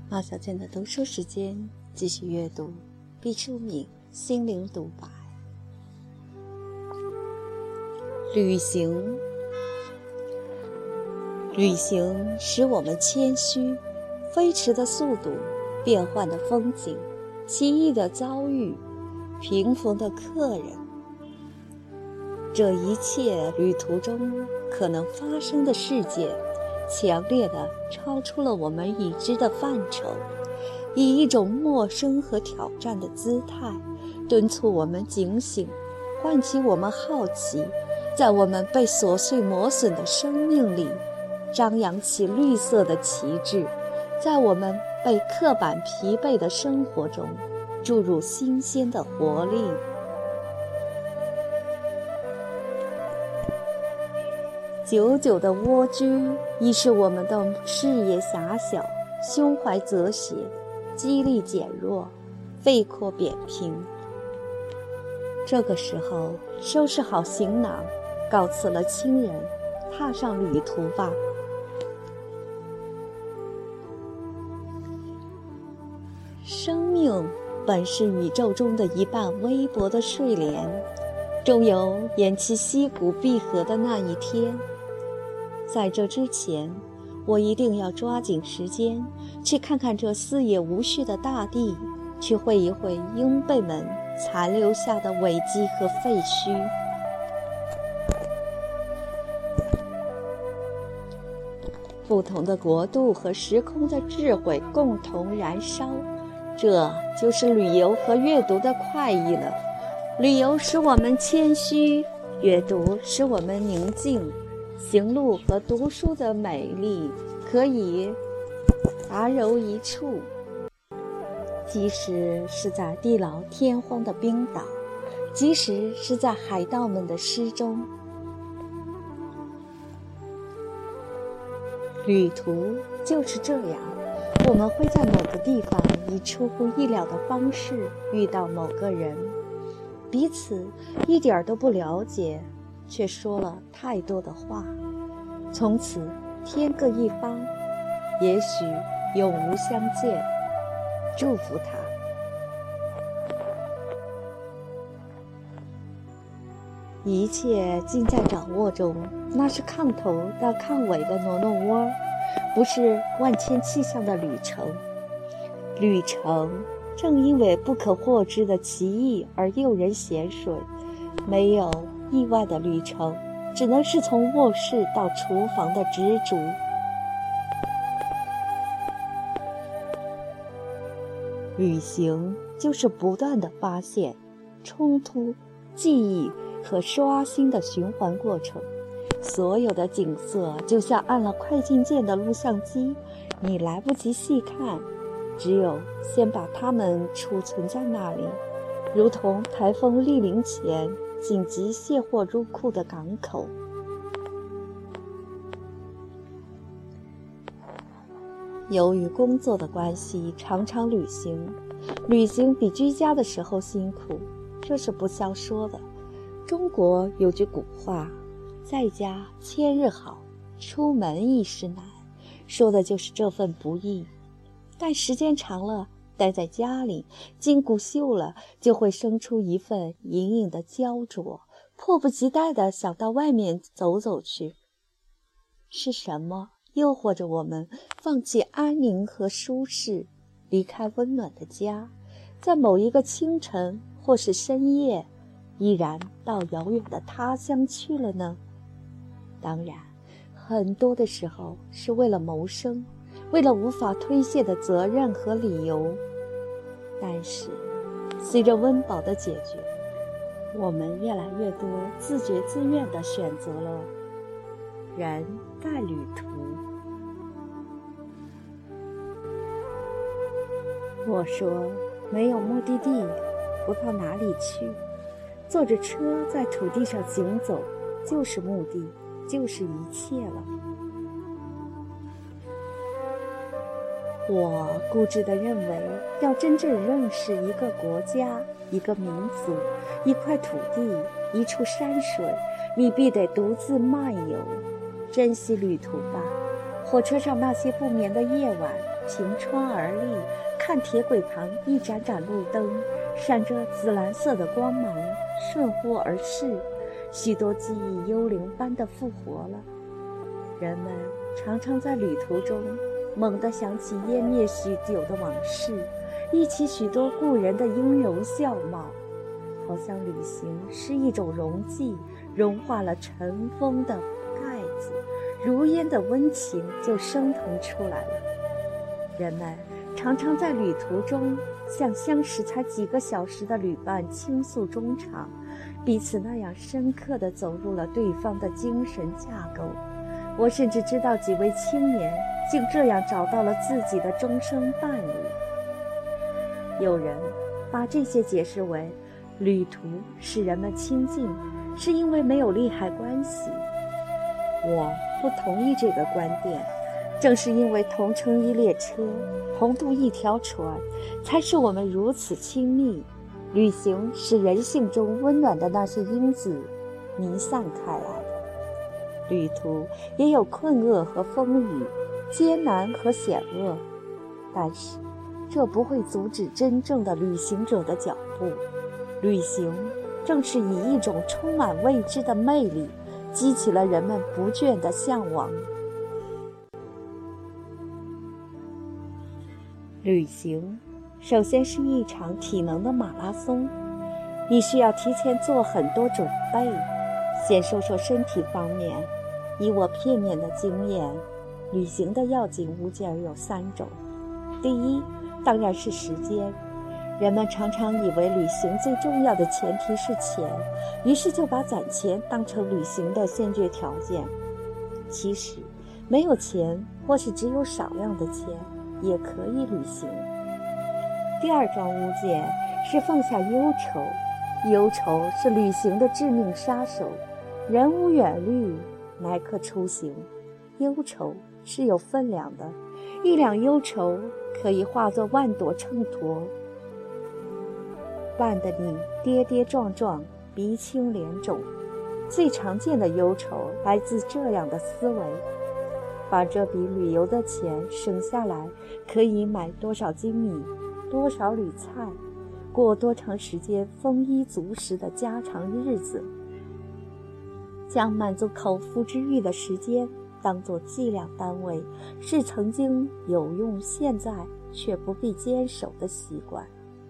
马小健的读书时间，继续阅读毕淑敏心灵独白。旅行使我们谦虚，飞驰的速度，变幻的风景，奇异的遭遇，平逢的客人，这一切旅途中可能发生的事件，强烈地超出了我们已知的范畴，以一种陌生和挑战的姿态，敦促我们警醒，唤起我们好奇，在我们被琐碎磨损的生命里，张扬起绿色的旗帜，在我们被刻板疲惫的生活中，注入新鲜的活力。久久的蜗居已使我们的视野狭小，胸怀泽斜，肌力减弱，肺廓扁平。这个时候，收拾好行囊，告辞了亲人，踏上旅途吧。生命本是宇宙中的一瓣微薄的睡莲，终有偃旗息鼓闭合的那一天。在这之前，我一定要抓紧时间，去看看这四野无序的大地，去会一会鹰辈们残留下的尾迹和废墟。不同的国度和时空的智慧共同燃烧，这就是旅游和阅读的快意了。旅游使我们谦虚，阅读使我们宁静。行路和读书的美丽可以杂糅一处，即使是在地老天荒的冰岛，即使是在海盗们的诗中。旅途就是这样，我们会在某个地方以出乎意料的方式遇到某个人，彼此一点都不了解，却说了太多的话，从此天各一方，也许永无相见。祝福他。一切尽在掌握中，那是炕头到炕尾的挪挪窝，不是万千气象的旅程。旅程正因为不可获知的奇异而诱人咸水，没有意外的旅程，只能是从卧室到厨房的执着。旅行就是不断的发现、冲突、记忆和刷新的循环过程。所有的景色就像按了快进键的录像机，你来不及细看，只有先把它们储存在那里，如同台风莅临前紧急卸货入库的港口。由于工作的关系，常常旅行比居家的时候辛苦，这是不消说的。中国有句古话，在家千日好，出门一时难，说的就是这份不易。但时间长了，待在家里，筋骨锈了，就会生出一份隐隐的焦灼，迫不及待地想到外面走走去。是什么诱惑着我们放弃安宁和舒适，离开温暖的家，在某一个清晨或是深夜，依然到遥远的他乡去了呢？当然，很多的时候是为了谋生，为了无法推卸的责任和理由。但是随着温饱的解决，我们越来越多自觉自愿地选择了人在旅途。我说，没有目的地，不到哪里去，坐着车在土地上行走，就是目的，就是一切了。我固执地认为，要真正认识一个国家、一个民族、一块土地、一处山水，你必得独自漫游，珍惜旅途吧。火车上那些不眠的夜晚， 凭窗而立，看铁轨旁一盏盏路灯，闪着紫蓝色的光芒，顺乎而逝，许多记忆幽灵般的复活了。人们常常在旅途中猛地想起湮灭许久的往事，忆起许多故人的音容笑貌，好像旅行是一种溶剂，融化了尘封的盖子，如烟的温情就升腾出来了。人们常常在旅途中向相识才几个小时的旅伴倾诉衷肠，彼此那样深刻地走入了对方的精神架构。我甚至知道几位青年竟这样找到了自己的终生伴侣。有人把这些解释为旅途使人们亲近，是因为没有利害关系。我不同意这个观点，正是因为同乘一列车，同渡一条船，才使我们如此亲密。旅行使人性中温暖的那些因子弥散开来。旅途也有困厄和风雨，艰难和险恶，但是这不会阻止真正的旅行者的脚步。旅行正是以一种充满未知的魅力，激起了人们不倦的向往。旅行首先是一场体能的马拉松，你需要提前做很多准备。先说说身体方面，以我片面的经验，旅行的要紧物件有3种。第一，当然是时间。人们常常以为旅行最重要的前提是钱，于是就把攒钱当成旅行的先决条件。其实，没有钱，或是只有少量的钱，也可以旅行。第二桩物件是放下忧愁，忧愁是旅行的致命杀手。人无远虑，乃可出行。忧愁是有分量的，一两忧愁可以化作万朵秤砣，绊得你跌跌撞撞，鼻青脸肿。最常见的忧愁来自这样的思维：把这笔旅游的钱省下来，可以买多少斤米，多少缕菜，过多长时间丰衣足食的家常日子。将满足口腹之欲的时间当作计量单位，是曾经有用，现在却不必坚守的习惯。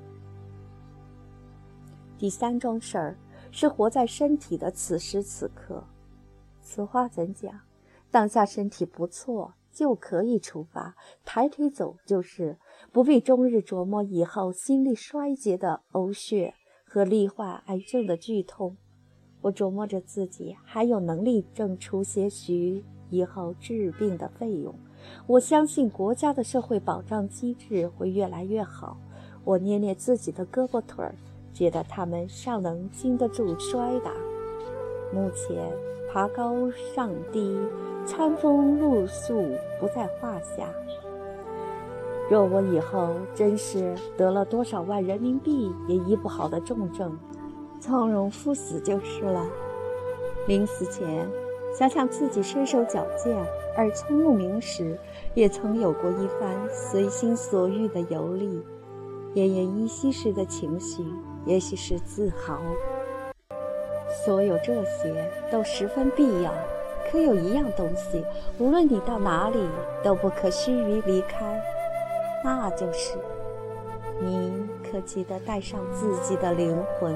第3桩事儿是活在身体的此时此刻。此话怎讲？当下身体不错，就可以出发，抬腿走就是，不必终日琢磨以后心力衰竭的呕血和罹患癌症的剧痛。我琢磨着自己还有能力挣出些许以后治病的费用。我相信国家的社会保障机制会越来越好。我捏捏自己的胳膊腿儿，觉得他们尚能经得住摔打。目前爬高上低，餐风露宿不在话下。若我以后真是得了多少万人民币也医不好的重症，从容赴死就是了。临死前想想自己身手矫健而聪目明时，也曾有过一番随心所欲的游历，奄奄一息时的情绪也许是自豪。所有这些都十分必要，可有一样东西，无论你到哪里都不可须臾离开，那就是你可记得带上自己的灵魂。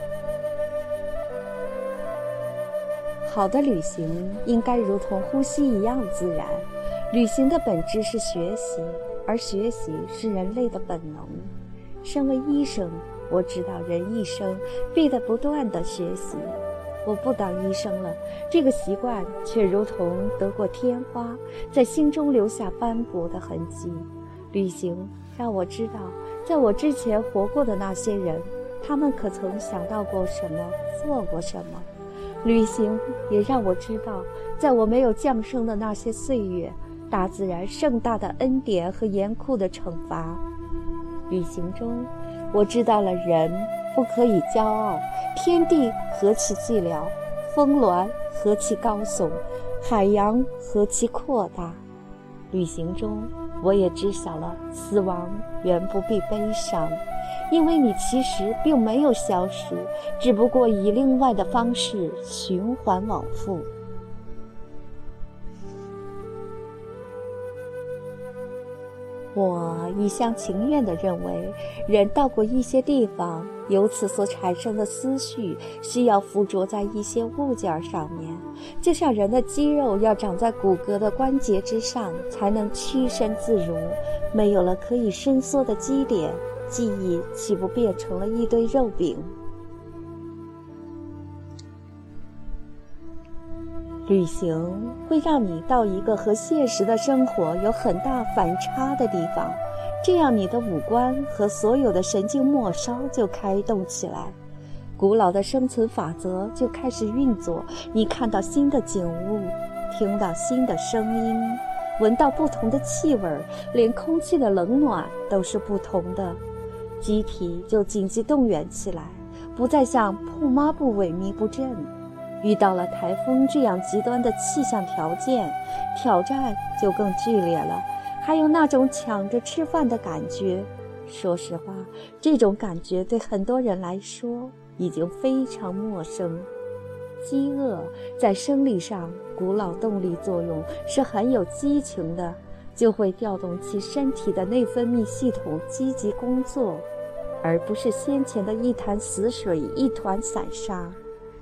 好的旅行应该如同呼吸一样自然。旅行的本质是学习，而学习是人类的本能。身为医生，我知道人一生必得不断地学习。我不当医生了，这个习惯却如同得过天花，在心中留下斑驳的痕迹。旅行让我知道，在我之前活过的那些人，他们可曾想到过什么，做过什么。旅行也让我知道，在我没有降生的那些岁月，大自然盛大的恩典和严酷的惩罚。旅行中，我知道了人不可以骄傲，天地何其寂寥，峰峦何其高耸，海洋何其阔大。旅行中， 我也知晓了死亡远不必悲伤，因为你其实并没有消失，只不过以另外的方式循环往复。我一厢情愿地认为，人到过一些地方，由此所产生的思绪需要附着在一些物件上面，就像人的肌肉要长在骨骼的关节之上，才能屈伸自如。没有了可以伸缩的基点，记忆岂不变成了一堆肉饼？旅行会让你到一个和现实的生活有很大反差的地方，这样你的五官和所有的神经末梢就开动起来，古老的生存法则就开始运作。你看到新的景物，听到新的声音，闻到不同的气味，连空气的冷暖都是不同的，机体就紧急动员起来，不再像铺抹布萎靡不振。遇到了台风这样极端的气象条件，挑战就更剧烈了。还有那种抢着吃饭的感觉，说实话，这种感觉对很多人来说已经非常陌生。饥饿在生理上古老动力作用是很有激情的，就会调动其身体的内分泌系统积极工作，而不是先前的一潭死水一团散沙。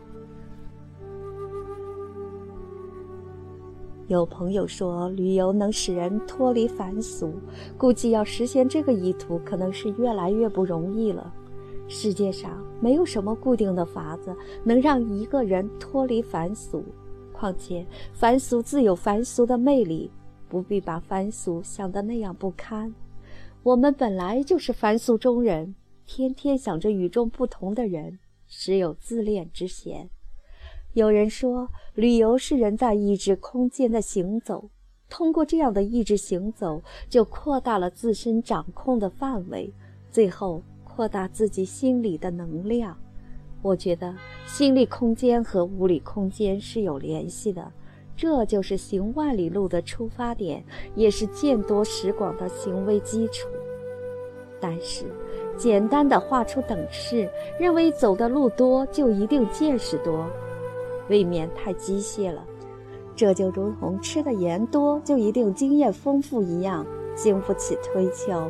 有朋友说，旅游能使人脱离凡俗，估计要实现这个意图可能是越来越不容易了。世界上没有什么固定的法子能让一个人脱离凡俗，况且凡俗自有凡俗的魅力，不必把凡俗想得那样不堪。我们本来就是凡俗中人，天天想着与众不同的人，实有自恋之嫌。有人说，旅游是人在意志空间的行走，通过这样的意志行走，就扩大了自身掌控的范围，最后扩大自己心理的能量。我觉得心理空间和物理空间是有联系的，这就是行万里路的出发点，也是见多识广的行为基础。但是简单的画出等式，认为走的路多就一定见识多，未免太机械了。这就如同吃的盐多就一定经验丰富一样，经不起推敲。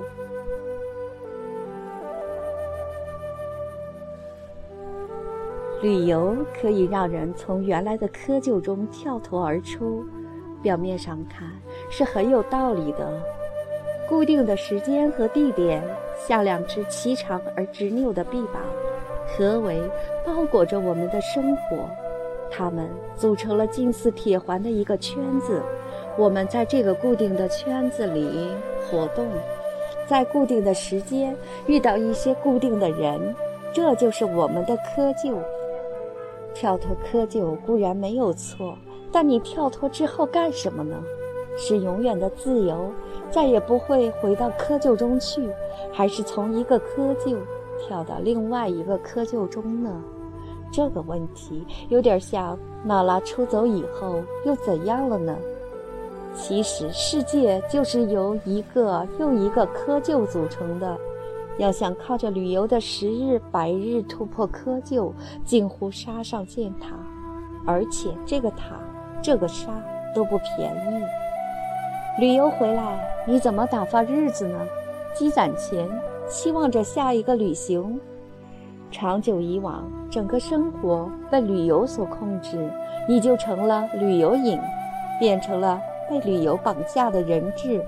旅游可以让人从原来的窠臼中跳脱而出，表面上看是很有道理的。固定的时间和地点，像两只颀长而执拗的臂膀，合围包裹着我们的生活。它们组成了近似铁环的一个圈子，我们在这个固定的圈子里活动，在固定的时间遇到一些固定的人，这就是我们的窠臼。跳脱窠臼固然没有错，但你跳脱之后干什么呢？是永远的自由，再也不会回到窠臼中去，还是从一个窠臼跳到另外一个窠臼中呢？这个问题有点像娜拉出走以后又怎样了呢？其实世界就是由一个又一个窠臼组成的，要想靠着旅游的10日100日突破窠臼，近乎沙上建塔，而且这个塔这个沙都不便宜。旅游回来你怎么打发日子呢？积攒钱，期望着下一个旅行。长久以往，整个生活被旅游所控制，你就成了旅游瘾，变成了被旅游绑架的人质。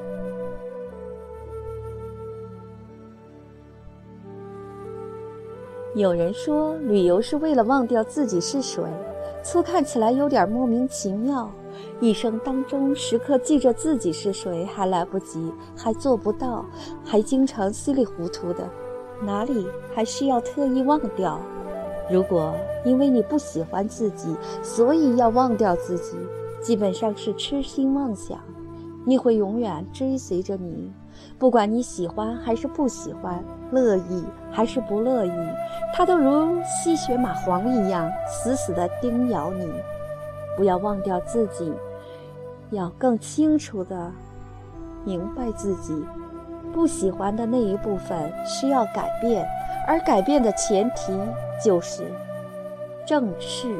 有人说，旅游是为了忘掉自己是谁，粗看起来有点莫名其妙。一生当中时刻记着自己是谁还来不及，还做不到，还经常稀里糊涂的，哪里还需要特意忘掉？如果因为你不喜欢自己，所以要忘掉自己，基本上是痴心妄想。你会永远追随着你，不管你喜欢还是不喜欢，乐意还是不乐意，它都如吸血蚂蟥一样死死地叮咬你。不要忘掉自己，要更清楚地明白自己不喜欢的那一部分需要改变，而改变的前提就是正视。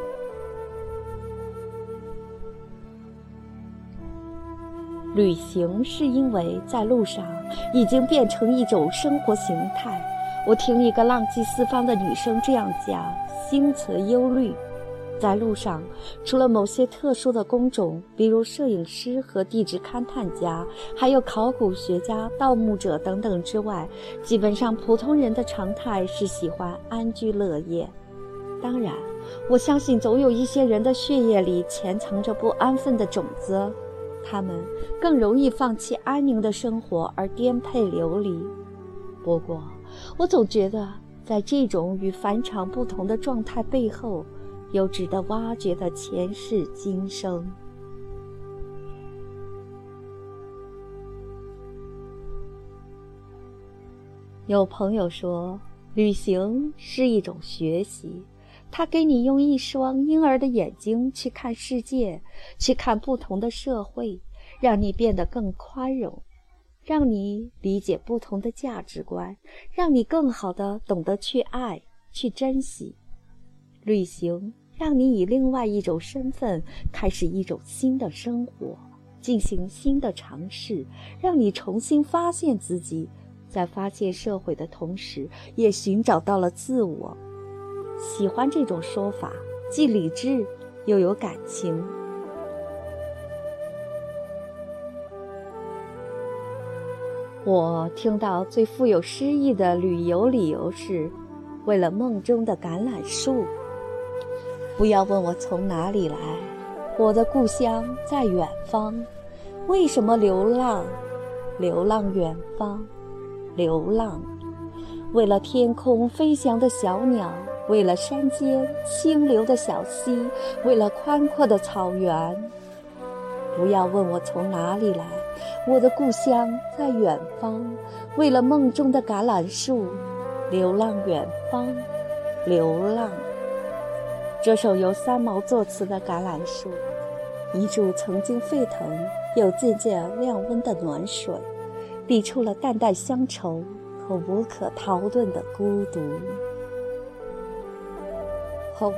旅行是因为在路上已经变成一种生活形态。我听一个浪迹四方的女生这样讲，心存忧虑。在路上，除了某些特殊的工种，比如摄影师和地质勘探家，还有考古学家、盗墓者等等之外，基本上普通人的常态是喜欢安居乐业。当然，我相信总有一些人的血液里潜藏着不安分的种子，他们更容易放弃安宁的生活而颠沛流离。不过，我总觉得在这种与凡常不同的状态背后，有值得挖掘的前世今生。有朋友说，旅行是一种学习，它给你用一双婴儿的眼睛去看世界，去看不同的社会，让你变得更宽容，让你理解不同的价值观，让你更好地懂得去爱，去珍惜。旅行让你以另外一种身份开始一种新的生活，进行新的尝试，让你重新发现自己，在发现社会的同时也寻找到了自我。喜欢这种说法，既理智又有感情。我听到最富有诗意的旅游理由是为了梦中的橄榄树。不要问我从哪里来，我的故乡在远方。为什么流浪？流浪远方，流浪。为了天空飞翔的小鸟，为了山间清流的小溪，为了宽阔的草原。不要问我从哪里来，我的故乡在远方。为了梦中的橄榄树，流浪远方，流浪。这首由三毛作词的《橄榄树》，一柱曾经沸腾又渐渐降温的暖水，抵触了淡淡乡愁和无可逃遁的孤独。后，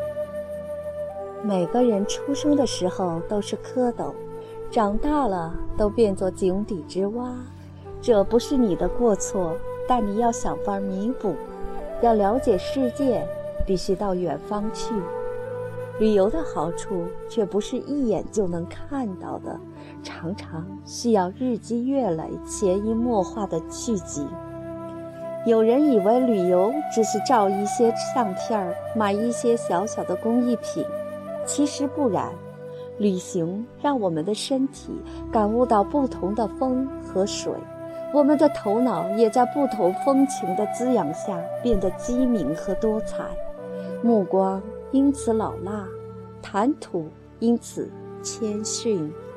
每个人出生的时候都是蝌蚪，长大了都变作井底之蛙。这不是你的过错，但你要想法弥补。要了解世界，必须到远方去。旅游的好处却不是一眼就能看到的，常常需要日积月累、潜移默化的去景。有人以为旅游只是照一些相片，买一些小小的工艺品，其实不然。旅行让我们的身体感悟到不同的风和水，我们的头脑也在不同风情的滋养下变得机敏和多彩，目光因此老辣，谈吐因此谦逊。